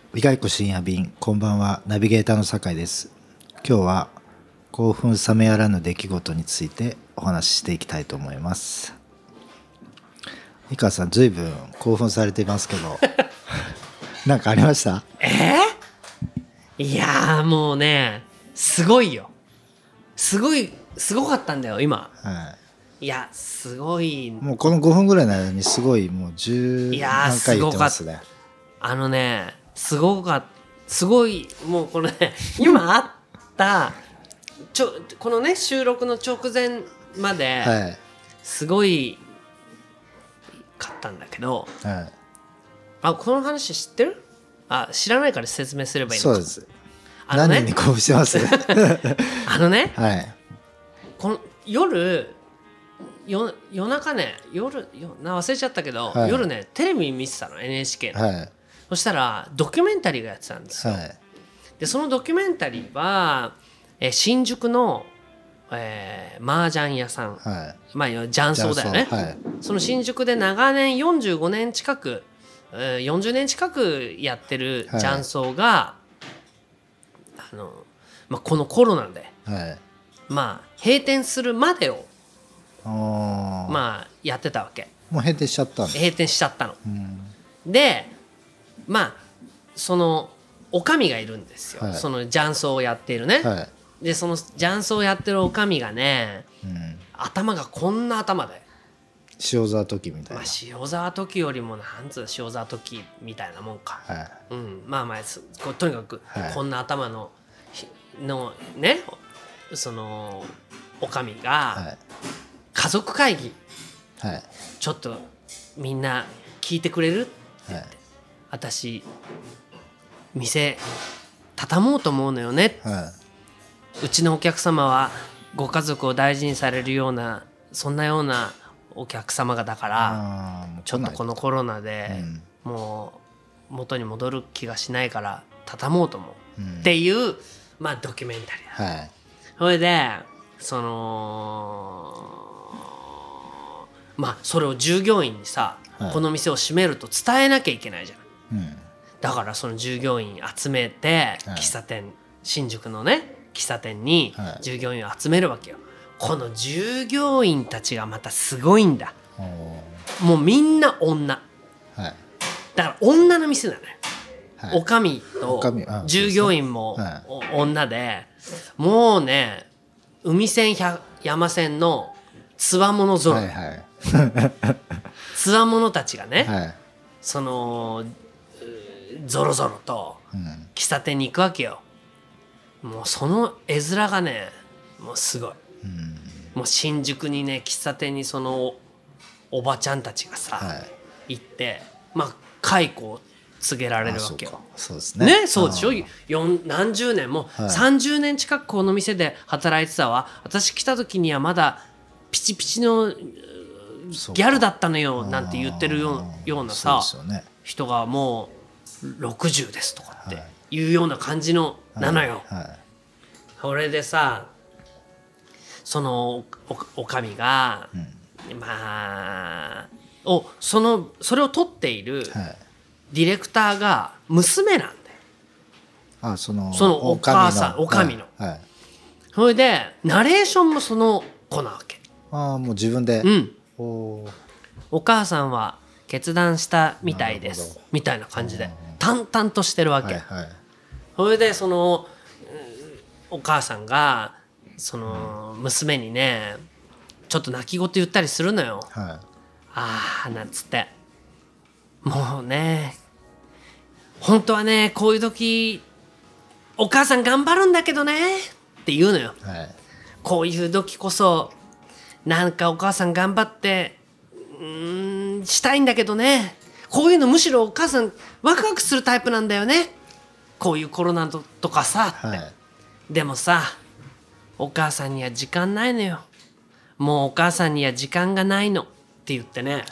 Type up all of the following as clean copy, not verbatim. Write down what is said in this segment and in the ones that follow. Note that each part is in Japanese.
意外子深夜便、こんばんは。ナビゲーターの酒井です。今日は興奮冷めやらぬ出来事についてお話ししていきたいと思います。美川さん、ずいぶん興奮されていますけどなんかありました？ いやーもうね、すごいよ。すごかったんだよ今。いやすごい。 もうこの5分ぐらいの間にすごいもう10何回言ってますね。 すごいもうこれね今あったこのね収録の直前まですごいかったんだけど、この話知ってる？知らないから説明すればいいのか。 そうです。何に興奮してます？ この夜中ね、忘れちゃったけど、夜ねテレビ見てたの NHK の、そしたらドキュメンタリーがやってたんですよ、でそのドキュメンタリーは、新宿の、麻雀屋さん、雀荘だよね、その新宿で長年45年近く40年近くやってる雀荘が、このコロナで、閉店するまでをやってたわけ。 もう閉店しちゃったの？ 閉店しちゃったの、でそのおかみがいるんですよ、その雀荘をやっているね、でその雀荘をやってるおかみがね、頭がこんな頭で塩沢時みたいな、 塩沢時よりもなんつう塩沢時みたいなもんか、とにかくこんな頭のね、そのおかみが、家族会議、ちょっとみんな聞いてくれるって言って、私店畳もうと思うのよね、うちのお客様はご家族を大事にされるようなそんなようなお客様がだからちょっとこのコロナでもう元に戻る気がしないから畳もうと思う、っていうドキュメンタリーだ、それでそれを従業員にさ、この店を閉めると伝えなきゃいけないじゃん、だからその従業員集めて、喫茶店新宿のね喫茶店に従業員を集めるわけよ、この従業員たちがまたすごいんだ、もうみんな女、だから女の店なのよ、おかみと従業員も女で、もうね海線山線のつわものぞろい、つわものたちがね、そのぞろぞろと喫茶店に行くわけよ、もうその絵面がねもうすごい、もう新宿にね喫茶店にそのおばちゃんたちがさ、行って解雇を告げられるわけよ。 そうですね。 そうでしょ。何十年も、30年近くこの店で働いてたわ。私来た時にはまだピチピチのギャルだったのよなんて言ってるようなさ、人がもう60ですとかっていうような感じのなのよ。それでさ、そのおかみが、それを撮っているディレクターが娘なんだよ。そのお母さん、おかみの。それでナレーションもその子なわけ。 もう自分で。 お母さんは決断したみたいですみたいな感じで淡々としてるわけ。それでそのお母さんがその娘にねちょっと泣き言言ったりするのよ。なんつって、もうね本当はねこういう時お母さん頑張るんだけどねって言うのよ、こういう時こそなんかお母さん頑張ってしたいんだけどね、こういうのむしろお母さんワクワクするタイプなんだよね、こういうコロナとかさ、でもさお母さんには時間ないのよ、もうお母さんには時間がないのって言ってね、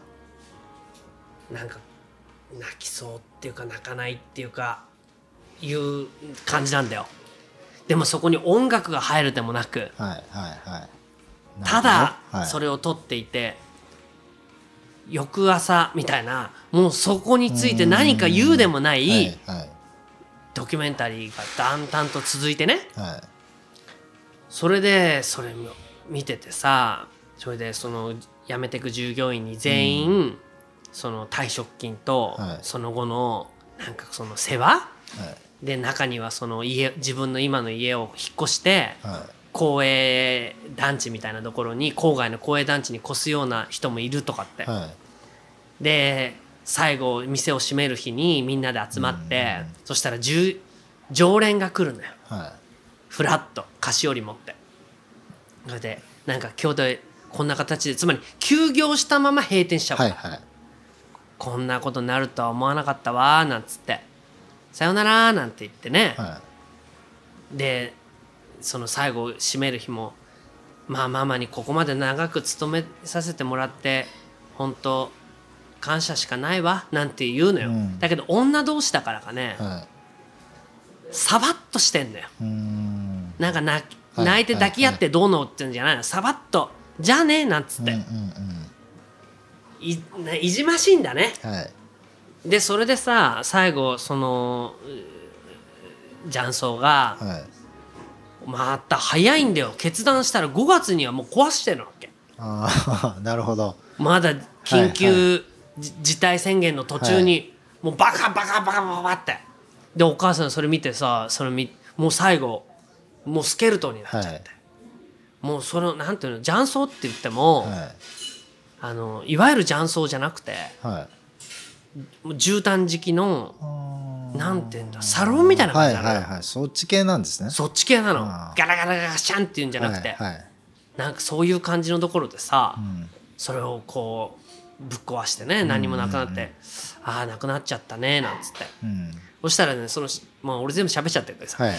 なんか泣きそうっていうか泣かないっていうかいう感じなんだよ。でもそこに音楽が入るでもなく、ただそれを撮っていて、 翌朝みたいな、もうそこについて何か言うでもないドキュメンタリーがだんだんと続いてね、それでそれ見ててさ、それでその辞めてく従業員に全員その退職金とその後のなんかその世話で、中にはその自分の今の家を引っ越して公営団地みたいなところに、郊外の公営団地に越すような人もいるとかって、で最後店を閉める日にみんなで集まって、そしたら常連が来るのよ、フラッと菓子折り持って。それでなんか今日でこんな形で、つまり休業したまま閉店しちゃう、こんなことになるとは思わなかったわなんつって、さよならなんて言ってね、でその最後閉める日も、まあママにここまで長く勤めさせてもらって本当感謝しかないわなんて言うのよ、だけど女同士だからかね、サバッとしてんのよ。なんか泣いて抱き合ってどうのってんじゃないの、サバッとじゃあねなんつって、いじましいんだね、でそれでさ、最後その雀荘が、また早いんだよ、決断したら5月にはもう壊してるわけ。 なるほど。まだ緊急事態宣言の途中にもうバカバカバカバカって、でお母さんそれ見てさ、もう最後もうスケルトンになっちゃって、もうそのなんていうの、雀荘って言っても、いわゆる雀荘じゃなくて、もう絨毯敷きのなんていうんだ、サロンみたいな感じなのよ。 そっち系なんですね。 そっち系なの。ガラガラガシャンっていうんじゃなくて、なんかそういう感じのところでさ、それをこうぶっ壊してね、何もなくなって、ああなくなっちゃったねなんつって、そしたらね、まあ俺全部喋っちゃってるけどさ、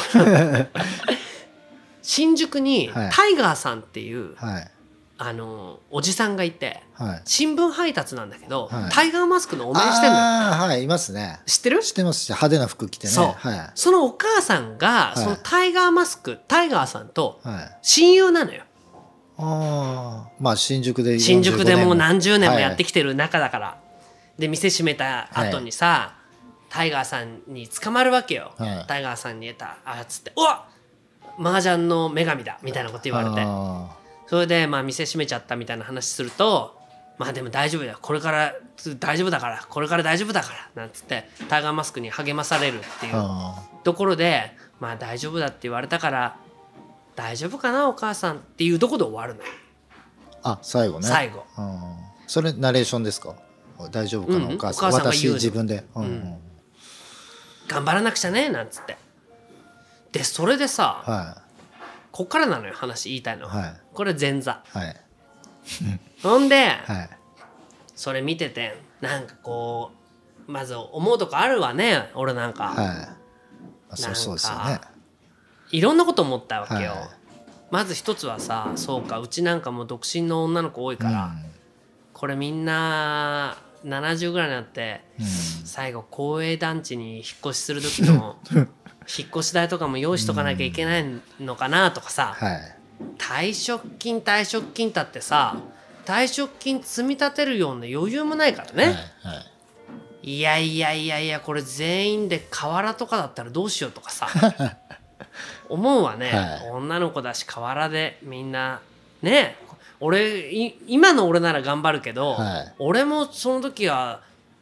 新宿にタイガーさんっていう、おじさんがいて、新聞配達なんだけど、タイガーマスクのお面してんのよ。 いますね。 知ってる？ 知ってます。派手な服着てね。 そのお母さんが、そのタイガーマスク、タイガーさんと親友なのよ。 まあ新宿でもう何十年もやってきてる仲だから。で店閉めた後にさ、タイガーさんに捕まるわけよ。タイガーさんに言えたっつって、うわっ麻雀の女神だみたいなこと言われて、それでまあ店閉めちゃったみたいな話すると、まあでも大丈夫だよ、これから大丈夫だから、これから大丈夫だからなんつってタイガーマスクに励まされるっていうところで、まあ大丈夫だって言われたから大丈夫かなお母さんっていうところで終わるのよ。 最後ね。 最後。 それナレーションですか？大丈夫かなお母さん。私自分で頑張らなくちゃねなんつって。でそれでさ、こっからなのよ話言いたいのは、これ前座、ほんで、それ見ててなんかこうまず思うとこあるわね、俺なんか、 そうですよね。 いろんなこと思ったわけよ、まず一つはさ、そうかうちなんかもう独身の女の子多いから、これみんな70ぐらいになって、最後公営団地に引っ越しする時の引っ越し代とかも用意しとかなきゃいけないのかなとかさ、退職金だってさ、退職金積み立てるような余裕もないからね、いやこれ全員で河原とかだったらどうしようとかさ思うわね、女の子だし河原でみんなね、今の俺なら頑張るけど、俺もその時は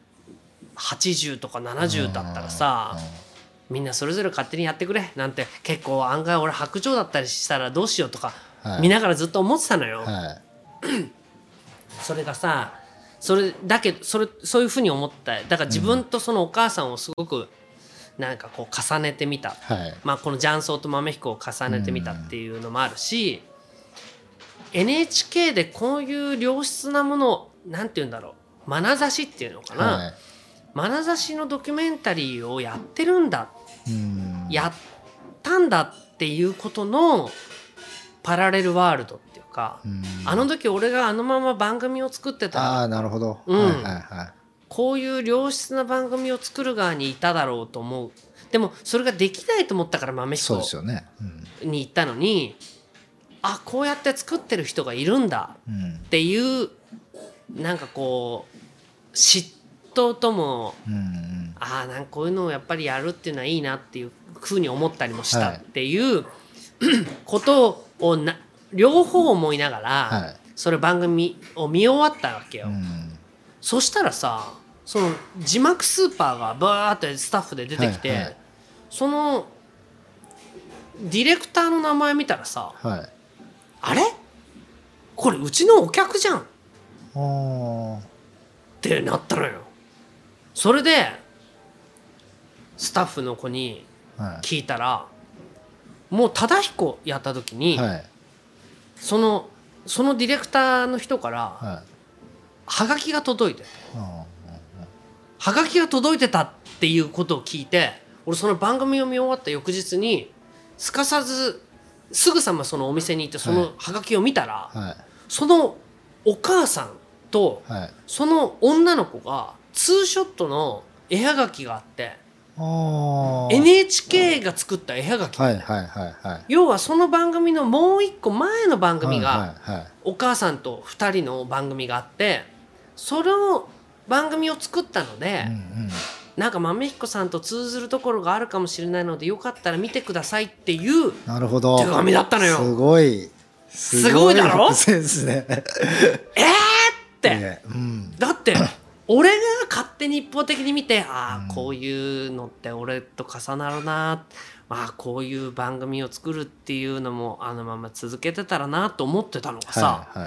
80とか70だったらさ、みんなそれぞれ勝手にやってくれなんて、結構案外俺白状だったりしたらどうしようとか、見ながらずっと思ってたのよ、それがさ、そういうふうに思った。だから自分とそのお母さんをすごくなんかこう重ねてみた、まあこの雀荘と豆彦を重ねてみたっていうのもあるし、NHK でこういう良質なもの、なんて言うんだろう、眼差しっていうのかな、眼差しのドキュメンタリーをやってるんだ、やったんだっていうことのパラレルワールドっていうか、あの時俺があのまま番組を作ってたら、 なるほど、 こういう良質な番組を作る側にいただろうと思う。でもそれができないと思ったから豆彦に行ったのに、こうやって作ってる人がいるんだっていうなんかこう嫉妬とも、 うんうん、 なんかこういうのをやっぱりやるっていうのはいいなっていうふうに思ったりもしたっていう、はい、ことを両方思いながら、はい、それ番組を見終わったわけよ、うん、そしたらさその字幕スーパーがバーってスタッフで出てきて、はいはい、そのディレクターの名前見たらさ、はい、あれこれうちのお客じゃんってなったのよ。それでスタッフの子に聞いたら、はい、もう忠彦やった時に、はい、そのディレクターの人から、はい、はがきが届いてて、はがきが届いてたっていうことを聞いて、俺その番組を見終わった翌日にすかさずすぐさまそのお店に行ってそのはがきを見たら、はい、そのお母さんとその女の子がツーショットの絵はがきがあって、NHK が作った絵はがき、はいはいはいはい、要はその番組のもう一個前の番組がお母さんと2人の番組があって、その番組を作ったので、うんうん、なんか豆彦さんと通ずるところがあるかもしれないのでよかったら見てくださいっていう手紙だったのよ。 すごいすごいだろセンスねって、うん、だって俺が勝手に一方的に見て、こういうのって俺と重なるな、こういう番組を作るっていうのもあのまま続けてたらなと思ってたのがさ、はいはい、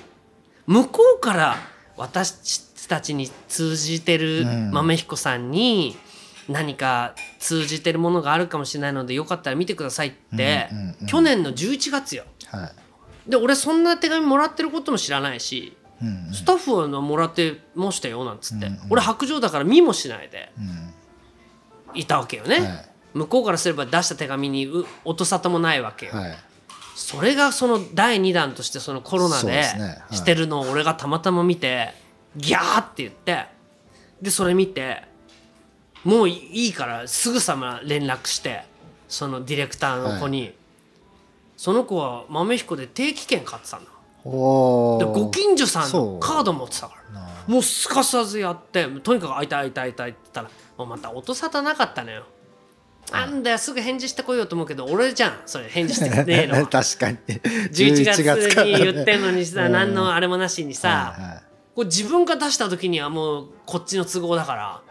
向こうから私たちに通じてる豆彦さんに何か通じてるものがあるかもしれないのでよかったら見てくださいって、去年の11月よ、はい、で俺そんな手紙もらってることも知らないし、スタッフはもらってましたよなんつって、俺白状だから見もしないでいたわけよね、はい、向こうからすれば出した手紙に音沙汰もないわけよ、はい、それがその第2弾としてそのコロナでしてるのを俺がたまたま見てギャーって言って、でそれ見てもういいからすぐさま連絡してそのディレクターの子に、はい、その子は豆彦で定期券買ってたんだ。でご近所さんのカード持ってたからもうすかさずやって、とにかく会いたいって言ったらもうまた音沙汰なかったのよ。なんだよすぐ返事してこいよと思うけど俺じゃんそれ返事してくれねえの確かに 11月に言ってんのにさ何のあれもなしにさ、はいはい、これ自分が出した時にはもうこっちの都合だから、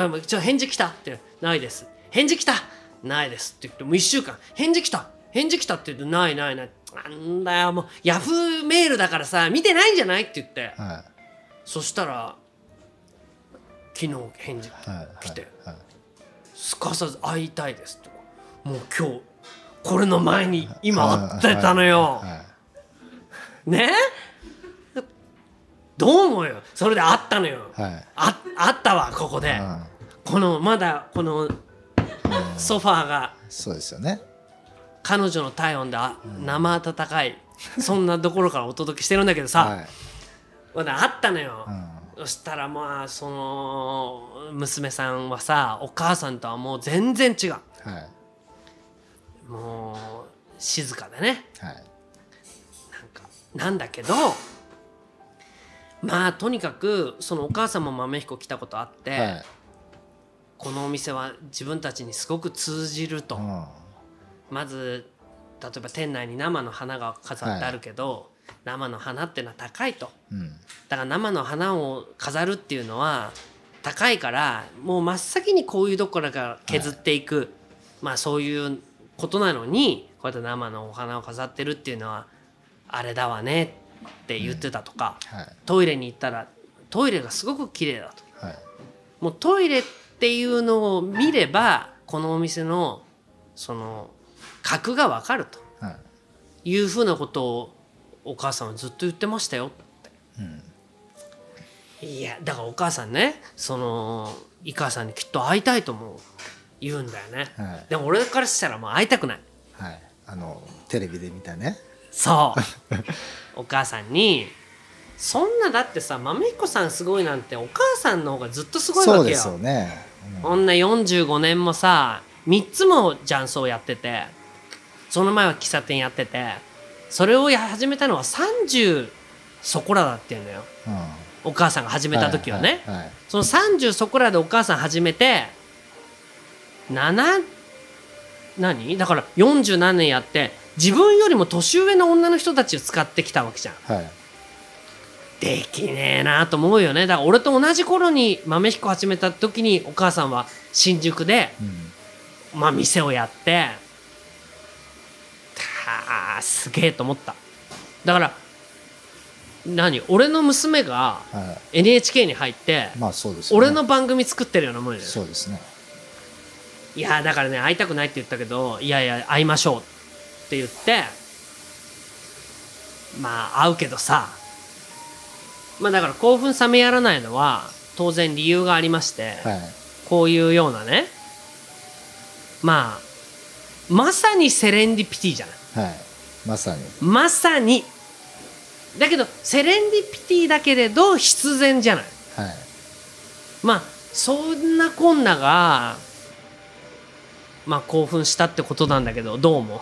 はい、ちょ返事来たってないです返事来たないですって言ってもう1週間返事来たって言ってないなんだよもうヤフーメールだからさ見てないんじゃないって言って、はい、そしたら昨日返事来て、はいはいはい、すかさず会いたいですってもう今日これの前に今会ってたのよ、はいはいはい、ねどう思うよそれで会ったのよ、はい、会ったわここで、このまだこのソファーがそうですよね彼女の体温で生温かい、そんなところからお届けしてるんだけどさ、はい、まだあったのよ、そしたらまあその娘さんはさお母さんとはもう全然違う、はい、もう静かでね、はい、なんだけどまあとにかくそのお母さんも豆彦来たことあって、はい、このお店は自分たちにすごく通じると、まず例えば店内に生の花が飾ってあるけど、はい、生の花ってのは高いと、だから生の花を飾るっていうのは高いからもう真っ先にこういうところから削っていく、はい、まあそういうことなのにこうやって生のお花を飾ってるっていうのはあれだわねって言ってたとか、はい、トイレに行ったらトイレがすごく綺麗だと、はい、もうトイレっていうのを見ればこのお店のその格が分かるというふうなことをお母さんはずっと言ってましたよって、いやだからお母さんねその井川さんにきっと会いたいと思うって言うんだよね、はい、でも俺からしたらもう会いたくない、 はい、テレビで見たねそうお母さんにそんなだってさ豆彦さんすごいなんてお母さんの方がずっとすごいわけよ。そうですよね、こんな45年もさ3つも雀荘やっててその前は喫茶店やっててそれを始めたのは30 そこらだっていうのよ、 うん、 お母さんが始めた時はね、 はいはいはい、 その30そこらでお母さん始めて何だから40何年やって自分よりも年上の女の人たちを使ってきたわけじゃん、 はい、 できねえなと思うよね。だから俺と同じ頃に豆彦始めた時にお母さんは新宿で、うん、まあ店をやってすげえと思った。だから俺の娘が NHK に入って、はいまあそうですね、俺の番組作ってるようなもんじゃない。 そうですね。 いやだからね会いたくないって言ったけどいやいや会いましょうって言ってまあ会うけどさ、まあだから興奮冷めやらないのは当然理由がありまして、はい、こういうようなねまさにセレンディピティじゃない、はい、まさにだけどセレンディピティだけれど必然じゃない、はい、まあそんなこんながまあ興奮したってことなんだけどどう思う？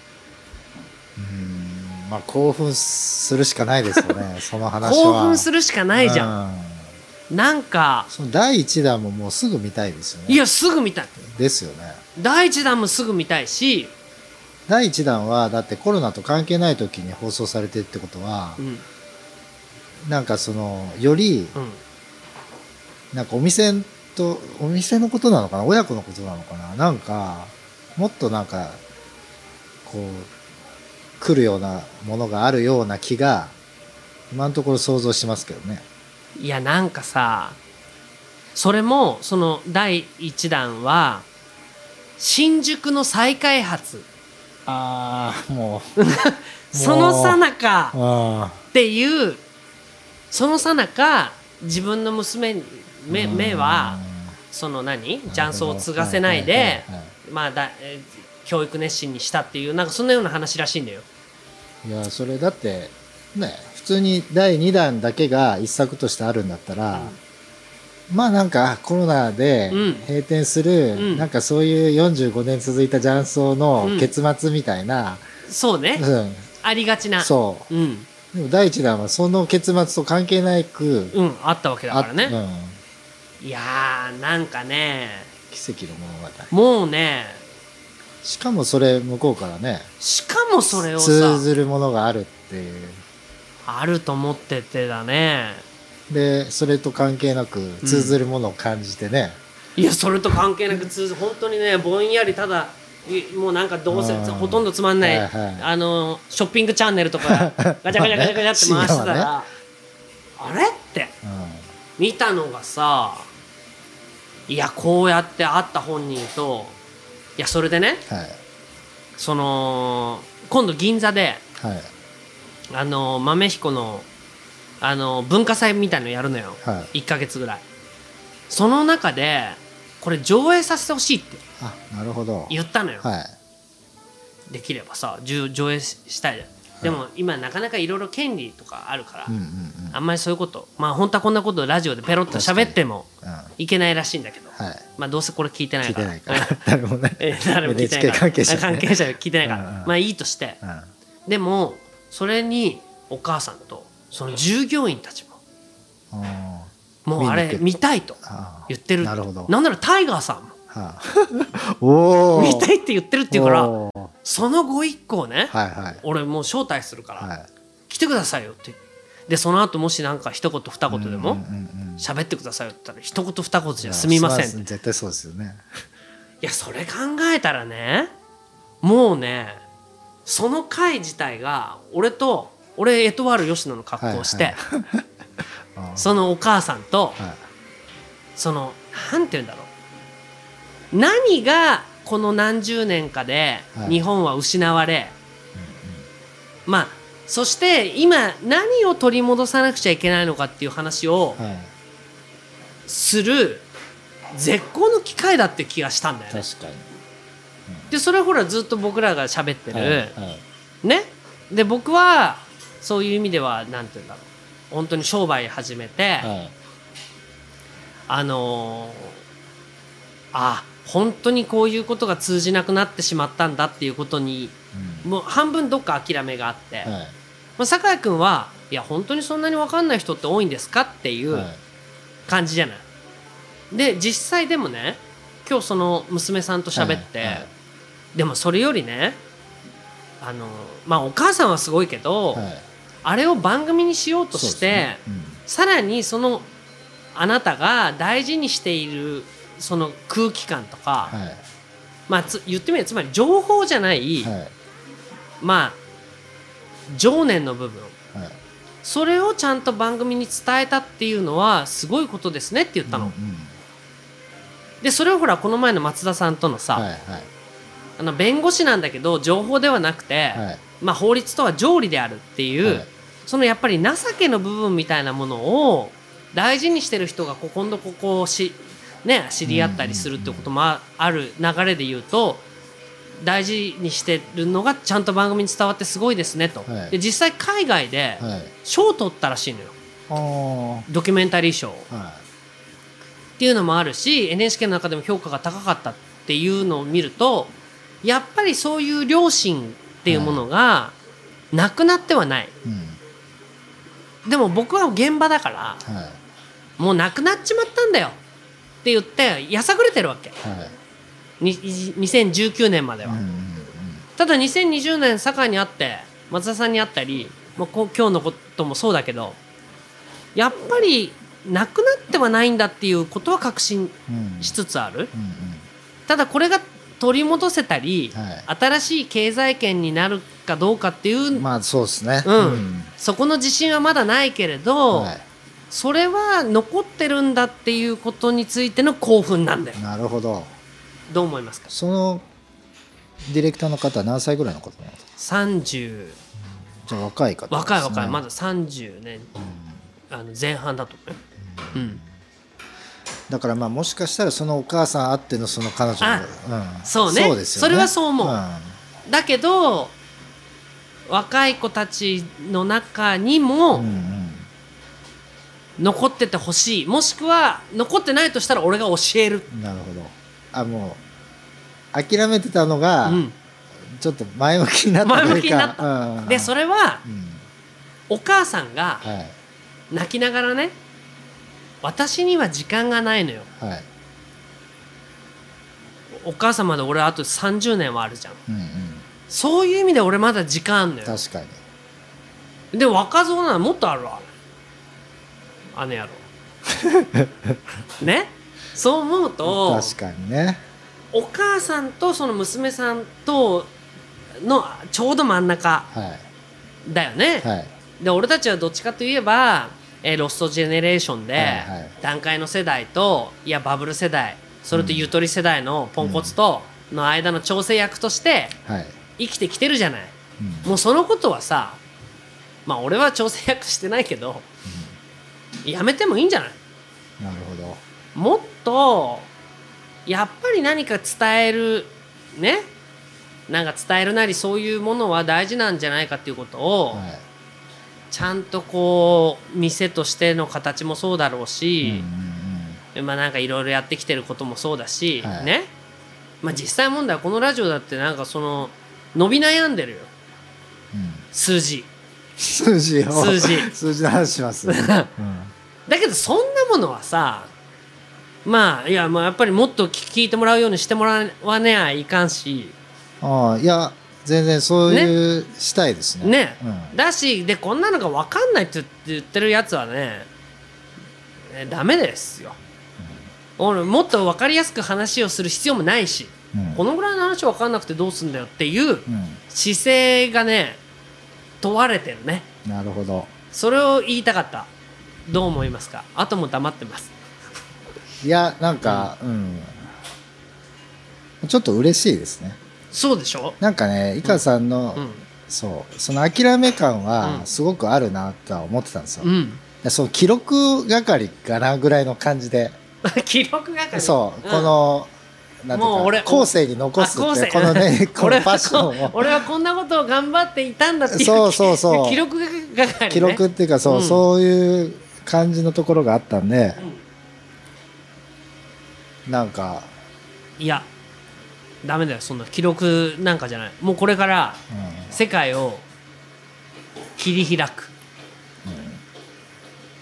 まあ興奮するしかないですよねその話は興奮するしかないじゃん。なんかその第1弾ももうすぐ見たいですよね。 いやすぐ見たいですよね。 第1弾もすぐ見たいし第1弾はだってコロナと関係ない時に放送されてるってことは、うん、なんかそのより、うん、なんかお店のことなのかな親子のことなのかななんかもっとなんかこう来るようなものがあるような気が今のところ想像しますけどね。 いやなんかさそれもその第1弾は新宿の再開発もうそのさなかっていうそのさなか自分の娘に目はその雀荘を継がせないでまあ教育熱心にしたっていうなんかそんなような話らしいんだよ。 いやそれだってね普通に第2弾だけが一作としてあるんだったら、うん、まあなんかコロナで閉店する、うん、なんかそういう45年続いた雀荘の結末みたいな、 うん、そうね、うん、ありがちなそう、うん、でも第1弾はその結末と関係なく、 うん、あったわけだからね、いやーなんかね奇跡の物語もうねしかもそれ向こうからねしかもそれをさ通ずるものがあるっていうあると思っててだねでそれと関係なく通ずるものを感じてね、 いやそれと関係なく本当にねぼんやりただもうなんかどうせほとんどつまんない、はいはい、ショッピングチャンネルとかガチャガチャガチャガチャって回してたら、ね、あれって、見たのがさいやこうやって会った本人といやそれでね、はい、その今度銀座で、はい、豆彦の文化祭みたいのやるのよ、はい、1ヶ月ぐらいその中でこれ上映させてほしいってなるほど言ったのよ、 はい、 できればさ上映したいでも今なかなかいろいろ権利とかあるから、うんうんうん、あんまりそういうことまあ本当はこんなことラジオでペロッと喋ってもいけないらしいんだけど、はい、まあどうせこれ聞いてないから誰もね誰も聞いてないから関係者聞いてないから、まあいいとして、でもそれにお母さんとその従業員たちももうあれ見たいと言ってる。なるほど。なんならタイガーさんも見たいって言ってるっていうからそのご一行ね、はいはい、俺もう招待するから、はい、来てくださいよってでその後もしなんか一言二言でも喋ってくださいよって言ったら一言二言じゃすみませんって絶対そうですよね。 いやそれ考えたらねもうねその会自体が俺エトワール吉野の格好をして、はいはい、そのお母さんと、はい、そのなんて言うんだろう何がこの何十年かで日本は失われ、はいまあそして今何を取り戻さなくちゃいけないのかっていう話をする絶好の機会だって気がしたんだよね。 確かに、 でそれはほらずっと僕らが喋ってる、はいはい、ねで僕はそういう意味ではなんて言うんだろう本当に商売始めて、はい、本当にこういうことが通じなくなってしまったんだっていうことに、もう半分どっか諦めがあって、はいまあ、酒井君はいや本当にそんなに分かんない人って多いんですかっていう感じじゃない。で実際でもね今日その娘さんと喋って、はいはい、でもそれよりねまあお母さんはすごいけど、はい、あれを番組にしようとして、ねさらにそのあなたが大事にしているその空気感とか、はい、まあ言ってみればつまり情報じゃない、はい、まあ情念の部分、はい、それをちゃんと番組に伝えたっていうのはすごいことですねって言ったの、うんうん、でそれをほらこの前の松田さんとのさ、はいはい、弁護士なんだけど情報ではなくて、はい、まあ法律とは条理であるっていう、はい、そのやっぱり情けの部分みたいなものを大事にしてる人が今度ここを知り合ったりするってこともある流れで言うと大事にしてるのがちゃんと番組に伝わってすごいですねと、はい、で実際海外で賞を取ったらしいのよ、はい、ドキュメンタリー賞、はい、っていうのもあるし NHK の中でも評価が高かったっていうのを見るとやっぱりそういう良心っていうものがなくなってはない、はい、でも僕は現場だから、はい、もうなくなっちまったんだよって言ってやさぐれてるわけ、はい、2019年までは、うんうんうん、ただ2020年堺にあって松田さんに会ったり、まあ、今日のこともそうだけどやっぱりなくなってはないんだっていうことは確信しつつある、うんうんうん、ただこれが取り戻せたり、はい、新しい経済圏になるかどうかっていうまあそうですね、 うんうん、そこの自信はまだないけれど、はい、それは残ってるんだっていうことについての興奮なんだよ。 なるほど。 どう思いますか。 そのディレクターの方は何歳ぐらいの方なんですか。 30。 じゃあ若い方ですね。 若いまだ30年、前半だと思う、うんだからまあもしかしたらそのお母さんあってのその彼女の、 そうね、そうですよね、それはそう思う、だけど若い子たちの中にも残っててほしい、もしくは残ってないとしたら俺が教える。 なるほど。もう諦めてたのが、ちょっと前向きになったというか、前向きになった、でそれは、お母さんが泣きながらね、私には時間がないのよ、はい、お母さんまで俺あと30年はあるじゃん、うんうん、そういう意味で俺まだ時間あんのよ。 確かに。で若造ならもっとあるわあの野郎ね、そう思うと確かにね、 お母さんとその娘さんとのちょうど真ん中だよね、はいはい、で俺たちはどっちかといえばロストジェネレーションで団塊の世代といやバブル世代、それとゆとり世代のポンコツとの間の調整役として生きてきてるじゃない、もうそのことはさ、まあ俺は調整役してないけど、やめてもいいんじゃない。 なるほど。 もっとやっぱり何か伝えるね、なんか伝えるなりそういうものは大事なんじゃないかっていうことを、ちゃんとこう店としての形もそうだろうし、まあなんかいろいろやってきてることもそうだし、ね、まあ実際問題はこのラジオだってなんかその伸び悩んでるよ、数字の話します、だけどそんなものはさ、まあいや、まあやっぱりもっと聞いてもらうようにしてもらわねゃいかんし、 いや全然そういう、したいですね。 だしでこんなのが分かんないって言ってるやつはね、ダメですよ、俺もっと分かりやすく話をする必要もないし、このぐらいの話分かんなくてどうすんだよっていう姿勢がね問われてるね。 なるほど。 それを言いたかった。どう思いますか。あとも黙ってますいやなんか、ちょっと嬉しいですね。 そうでしょ。 なんかね、井川さんの、その諦め感はすごくあるなとは思ってたんですよ、その記録係かなぐらいの感じで記録係、 そう、このなんていうか後世に残すってこのね、このパッションを俺はこんなことを頑張っていたんだっていうそう記録係、ね、 記録っていうかそういう感じのところがあったんで、なんかいやダメだよ、そんな記録なんかじゃない。もうこれから世界を切り開く、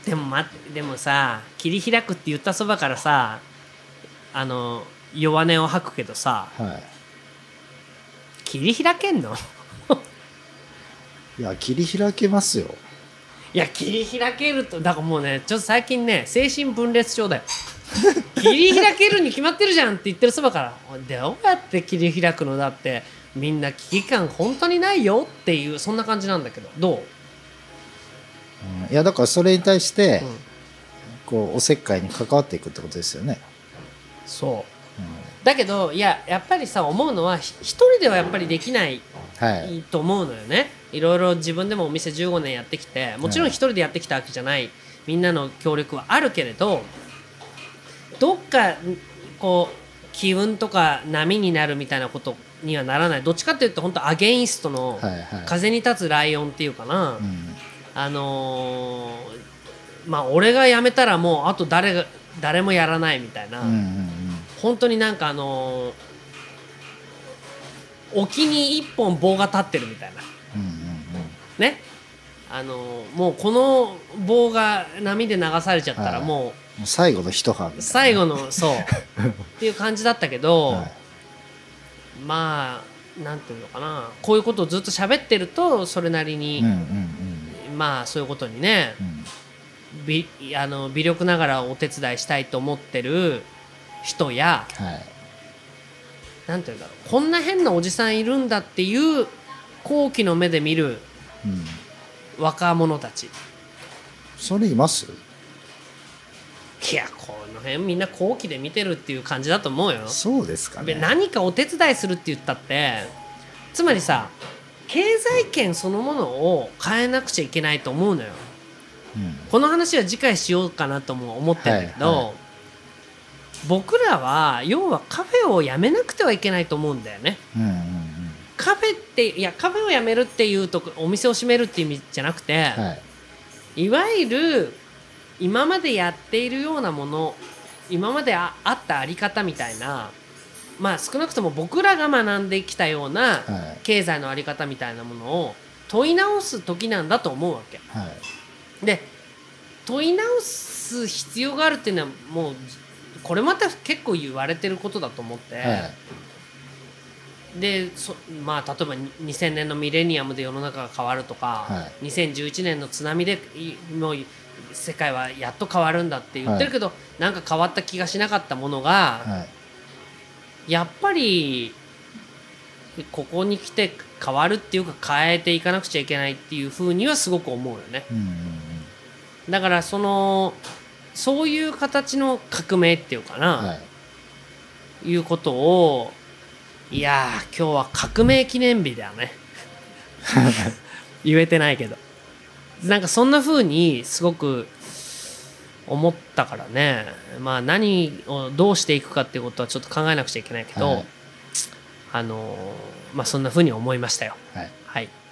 でもさ切り開くって言ったそばからさ弱音を吐くけどさ、 はい、 切り開けんのいや切り開けますよ。 いや切り開けるとだからもうねちょっと最近ね精神分裂症だよ切り開けるに決まってるじゃんって言ってるそばからどうやって切り開くのだってみんな危機感本当にないよっていうそんな感じなんだけどどう？ いやだからそれに対して、こうおせっかいに関わっていくってことですよね。 そう、だけどやっぱりさ思うのは一人ではやっぱりできない、と思うのよね。いろいろ自分でもお店15年やってきてもちろん一人でやってきたわけじゃない、みんなの協力はあるけれどどっかこう機運とか波になるみたいなことにはならない。どっちかっていうと本当アゲインストの風に立つライオンっていうかな、まあ俺が辞めたらもうあと誰もやらないみたいな、本当になんか沖に一本棒が立ってるみたいな、ね、もうこの棒が波で流されちゃったらもう最後の一刃みたいな、 最後のそうっていう感じだったけど、まあなんていうのかな、こういうことをずっと喋ってるとそれなりに、まあそういうことにね、微力ながらお手伝いしたいと思ってる人や、なんていうんだろう、こんな変なおじさんいるんだっていう好奇の目で見る若者たち、 それいます？ いやこの辺みんな好奇で見てるっていう感じだと思うよ。 そうですかね。 何かお手伝いするって言ったってつまりさ経済圏そのものを変えなくちゃいけないと思うのよ、この話は次回しようかなとも思ってるんだけど、僕らは要はカフェをやめなくてはいけないと思うんだよね、カフェっていやカフェをやめるっていうとお店を閉めるっていう意味じゃなくて、いわゆる今までやっているようなもの、今まであったあり方みたいな、まあ少なくとも僕らが学んできたような経済のあり方みたいなものを問い直す時なんだと思うわけ、で問い直す必要があるっていうのはもうこれまた結構言われてることだと思って、でまあ例えば2000年のミレニアムで世の中が変わるとか、2011年の津波でもう世界はやっと変わるんだって言ってるけど、なんか変わった気がしなかったものが、やっぱりここに来て変わるっていうか変えていかなくちゃいけないっていうふうにはすごく思うよね、だからそういう形の革命っていうかな、いうことをいやー今日は革命記念日だよね言えてないけどなんかそんな風にすごく思ったからね、まあ何をどうしていくかっていうことはちょっと考えなくちゃいけないけど、まあそんな風に思いましたよ。はい